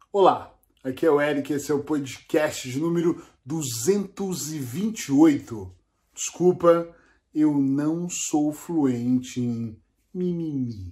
Olá, aqui é o Eric, esse é o podcast de número 228. Desculpa, eu não sou fluente em mimimi.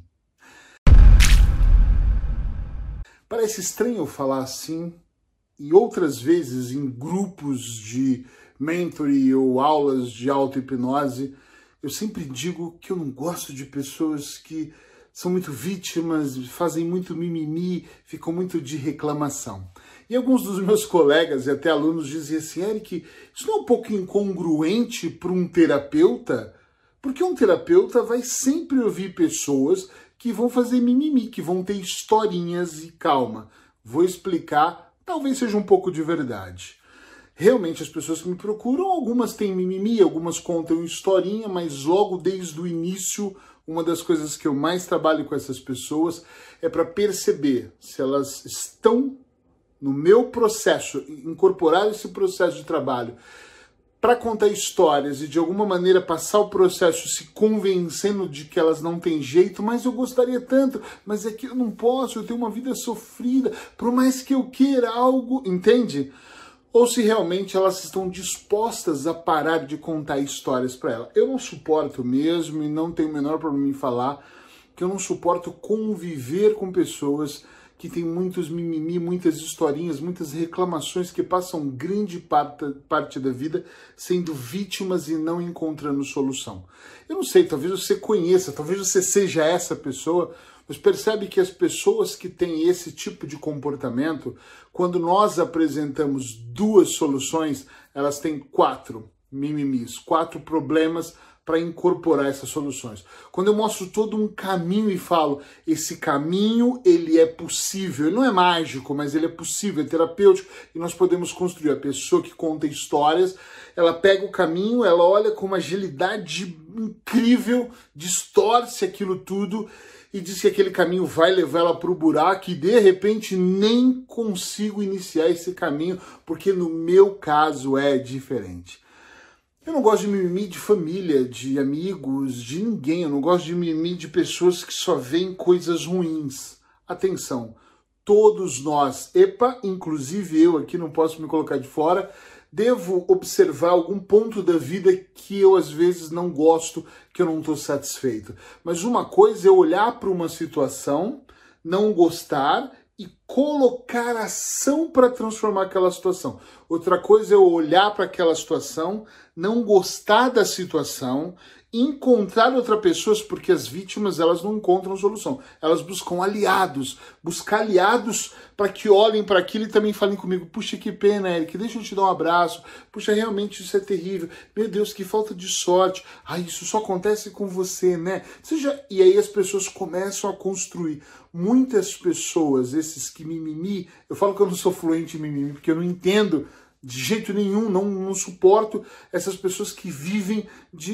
Parece estranho eu falar assim, e outras vezes em grupos de mentoring ou aulas de auto-hipnose, eu sempre digo que eu não gosto de pessoas que são muito vítimas, fazem muito mimimi, ficam muito de reclamação. E alguns dos meus colegas e até alunos diziam assim, Eric, isso não é um pouco incongruente para um terapeuta? Porque um terapeuta vai sempre ouvir pessoas que vão fazer mimimi, que vão ter historinhas e calma. Vou explicar, talvez seja um pouco de verdade. Realmente as pessoas que me procuram, algumas têm mimimi, algumas contam historinha, mas logo desde o início, uma das coisas que eu mais trabalho com essas pessoas é para perceber se elas estão no meu processo, incorporar esse processo de trabalho para contar histórias e de alguma maneira passar o processo se convencendo de que elas não têm jeito, mas eu gostaria tanto, mas é que eu não posso, eu tenho uma vida sofrida, por mais que eu queira algo, entende? Ou se realmente elas estão dispostas a parar de contar histórias para ela. Eu não suporto mesmo, e não tenho o menor problema em falar, que eu não suporto conviver com pessoas que têm muitos mimimi, muitas historinhas, muitas reclamações, que passam grande parte da vida sendo vítimas e não encontrando solução. Eu não sei, talvez você conheça, talvez você seja essa pessoa, mas percebe que as pessoas que têm esse tipo de comportamento, quando nós apresentamos duas soluções, elas têm 4 mimimis, 4 problemas para incorporar essas soluções. Quando eu mostro todo um caminho e falo, esse caminho, ele é possível, ele não é mágico, mas ele é possível, é terapêutico, e nós podemos construir. A pessoa que conta histórias, ela pega o caminho, ela olha com uma agilidade incrível, distorce aquilo tudo, e diz que aquele caminho vai levar ela para o buraco e de repente nem consigo iniciar esse caminho, porque no meu caso é diferente. Eu não gosto de mimimi de família, de amigos, de ninguém. Eu não gosto de mimimi de pessoas que só veem coisas ruins. Atenção, todos nós, inclusive eu aqui não posso me colocar de fora, devo observar algum ponto da vida que eu às vezes não gosto, que eu não estou satisfeito. Mas uma coisa é olhar para uma situação, não gostar e colocar ação para transformar aquela situação. Outra coisa é olhar para aquela situação, não gostar da situação, encontrar outras pessoas, porque as vítimas elas não encontram solução. Elas buscam aliados, buscar aliados para que olhem para aquilo e também falem comigo, puxa, que pena, Eric, deixa eu te dar um abraço, puxa, realmente isso é terrível, meu Deus, que falta de sorte, isso só acontece com você, né? E aí as pessoas começam a construir. Muitas pessoas, esses que mimimi, eu falo que eu não sou fluente em mimimi, porque eu não entendo de jeito nenhum, não suporto essas pessoas que vivem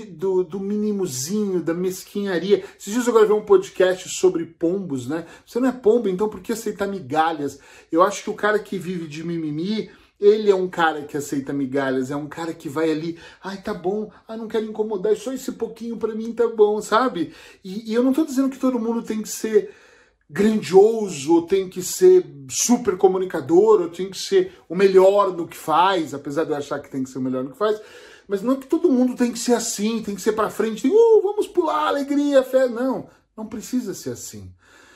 do minimozinho, da mesquinharia. Esses dias eu gravei um podcast sobre pombos, né? Você não é pombo, então por que aceitar migalhas? Eu acho que o cara que vive de mimimi, ele é um cara que aceita migalhas, é um cara que vai ali, tá bom, não quero incomodar, só esse pouquinho pra mim tá bom, sabe? E eu não tô dizendo que todo mundo tem que ser grandioso, ou tem que ser super comunicador, ou tem que ser o melhor no que faz, apesar de eu achar que tem que ser o melhor no que faz, mas não é que todo mundo tem que ser assim, tem que ser pra frente, vamos pular, alegria, fé, não precisa ser assim.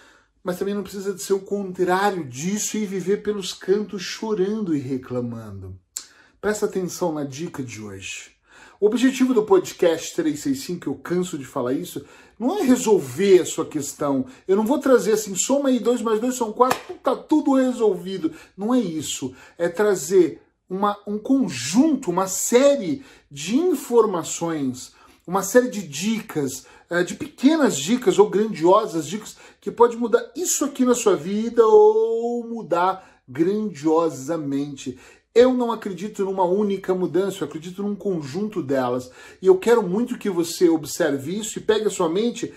Mas também não precisa de ser o contrário disso e viver pelos cantos chorando e reclamando. Presta atenção na dica de hoje. O objetivo do podcast 365, que eu canso de falar isso, não é resolver a sua questão. Eu não vou trazer assim, soma aí 2 mais 2 são 4, tá tudo resolvido. Não é isso. É trazer um conjunto, uma série de informações, uma série de dicas, de pequenas dicas ou grandiosas dicas que pode mudar isso aqui na sua vida ou mudar grandiosamente. Eu não acredito numa única mudança, eu acredito num conjunto delas. E eu quero muito que você observe isso e pegue a sua mente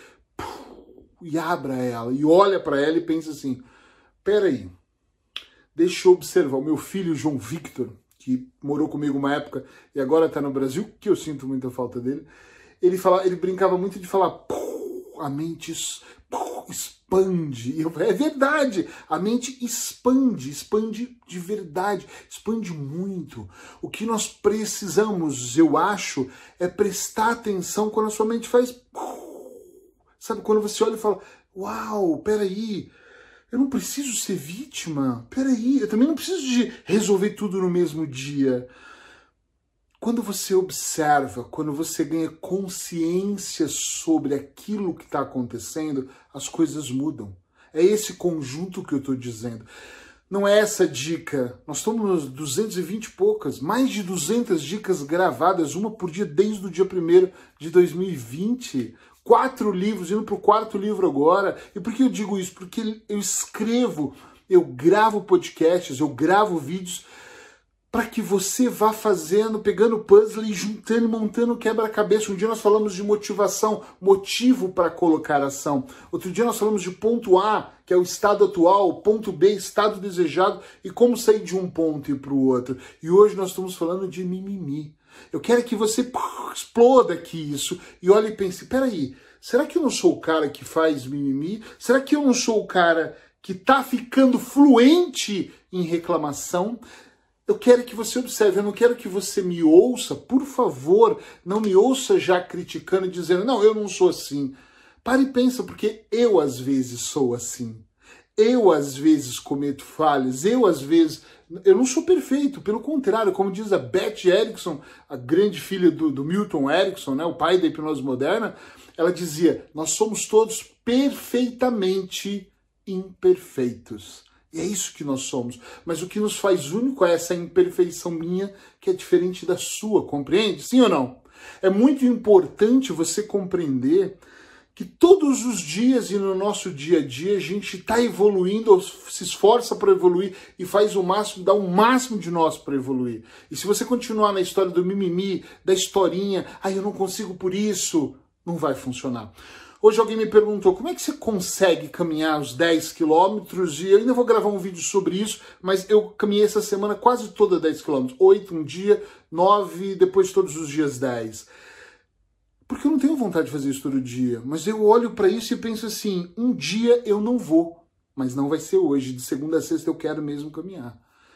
e abra ela, e olha para ela e pense assim, peraí, deixa eu observar. O meu filho, João Victor, que morou comigo uma época e agora está no Brasil, que eu sinto muita falta dele, ele brincava muito de falar, a mente expande. É verdade, a mente expande de verdade, expande muito. O que nós precisamos, eu acho, é prestar atenção quando a sua mente faz... Sabe, quando você olha e fala, uau, peraí, eu não preciso ser vítima, peraí, eu também não preciso de resolver tudo no mesmo dia. Quando você observa, quando você ganha consciência sobre aquilo que está acontecendo, as coisas mudam. É esse conjunto que eu estou dizendo. Não é essa dica. Nós estamos nos 220 e poucas, mais de 200 dicas gravadas, uma por dia desde o dia 1º de 2020. 4 livros, indo para o 4º livro agora. E por que eu digo isso? Porque eu escrevo, eu gravo podcasts, eu gravo vídeos para que você vá fazendo, pegando puzzle e juntando, montando quebra-cabeça. Um dia nós falamos de motivação, motivo para colocar ação. Outro dia nós falamos de ponto A, que é o estado atual, ponto B, estado desejado, e como sair de um ponto e ir para o outro. E hoje nós estamos falando de mimimi. Eu quero que você exploda aqui isso e olhe e pense, peraí, será que eu não sou o cara que faz mimimi? Será que eu não sou o cara que está ficando fluente em reclamação? Eu quero que você observe, eu não quero que você me ouça, por favor, não me ouça já criticando e dizendo, não, eu não sou assim. Pare e pensa, porque eu às vezes sou assim. Eu às vezes cometo falhas, eu não sou perfeito, pelo contrário, como diz a Beth Erickson, a grande filha do Milton Erickson, né, o pai da hipnose moderna, ela dizia, nós somos todos perfeitamente imperfeitos. E é isso que nós somos. Mas o que nos faz único é essa imperfeição minha, que é diferente da sua, compreende? Sim ou não? É muito importante você compreender que todos os dias e no nosso dia a dia a gente está evoluindo, ou se esforça para evoluir e faz o máximo, dá o máximo de nós para evoluir. E se você continuar na história do mimimi, da historinha, eu não consigo por isso, não vai funcionar. Hoje alguém me perguntou, como é que você consegue caminhar os 10 quilômetros? E eu ainda vou gravar um vídeo sobre isso, mas eu caminhei essa semana quase toda 10 quilômetros. 8 um dia, 9, depois todos os dias 10. Porque eu não tenho vontade de fazer isso todo dia. Mas eu olho para isso e penso assim, um dia eu não vou, mas não vai ser hoje. De segunda a sexta eu quero mesmo caminhar.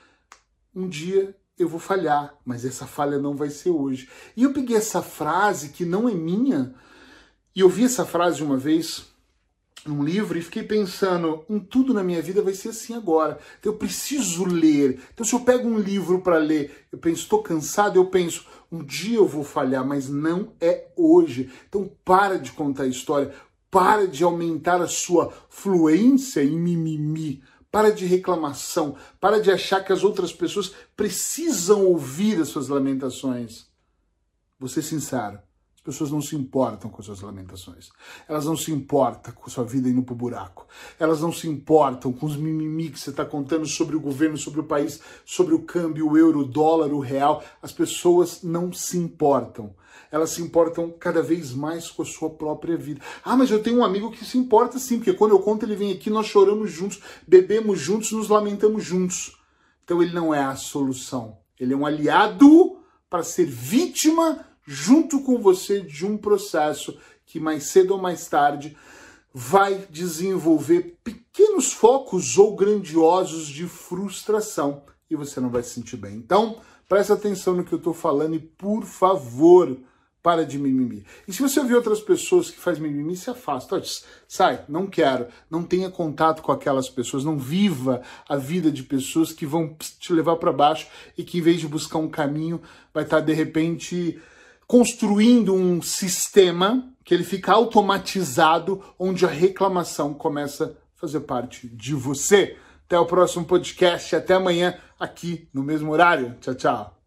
Um dia eu vou falhar, mas essa falha não vai ser hoje. E eu peguei essa frase, que não é minha, e eu vi essa frase uma vez num livro e fiquei pensando, em tudo na minha vida vai ser assim agora. Então eu preciso ler. Então se eu pego um livro para ler, eu penso, estou cansado, eu penso, um dia eu vou falhar, mas não é hoje. Então para de contar história, para de aumentar a sua fluência em mimimi, para de reclamação, para de achar que as outras pessoas precisam ouvir as suas lamentações. Vou ser sincero. As pessoas não se importam com suas lamentações. Elas não se importam com sua vida indo pro buraco. Elas não se importam com os mimimi que você está contando sobre o governo, sobre o país, sobre o câmbio, o euro, o dólar, o real. As pessoas não se importam. Elas se importam cada vez mais com a sua própria vida. Mas eu tenho um amigo que se importa sim, porque quando eu conto ele vem aqui, nós choramos juntos, bebemos juntos, nos lamentamos juntos. Então ele não é a solução. Ele é um aliado para ser vítima junto com você de um processo que mais cedo ou mais tarde vai desenvolver pequenos focos ou grandiosos de frustração e você não vai se sentir bem. Então, presta atenção no que eu estou falando e, por favor, para de mimimi. E se você ouvir outras pessoas que fazem mimimi, se afasta. Sai, não quero. Não tenha contato com aquelas pessoas. Não viva a vida de pessoas que vão te levar para baixo e que, em vez de buscar um caminho, vai estar, de repente, construindo um sistema que ele fica automatizado, onde a reclamação começa a fazer parte de você. Até o próximo podcast, até amanhã, aqui no mesmo horário. Tchau, tchau.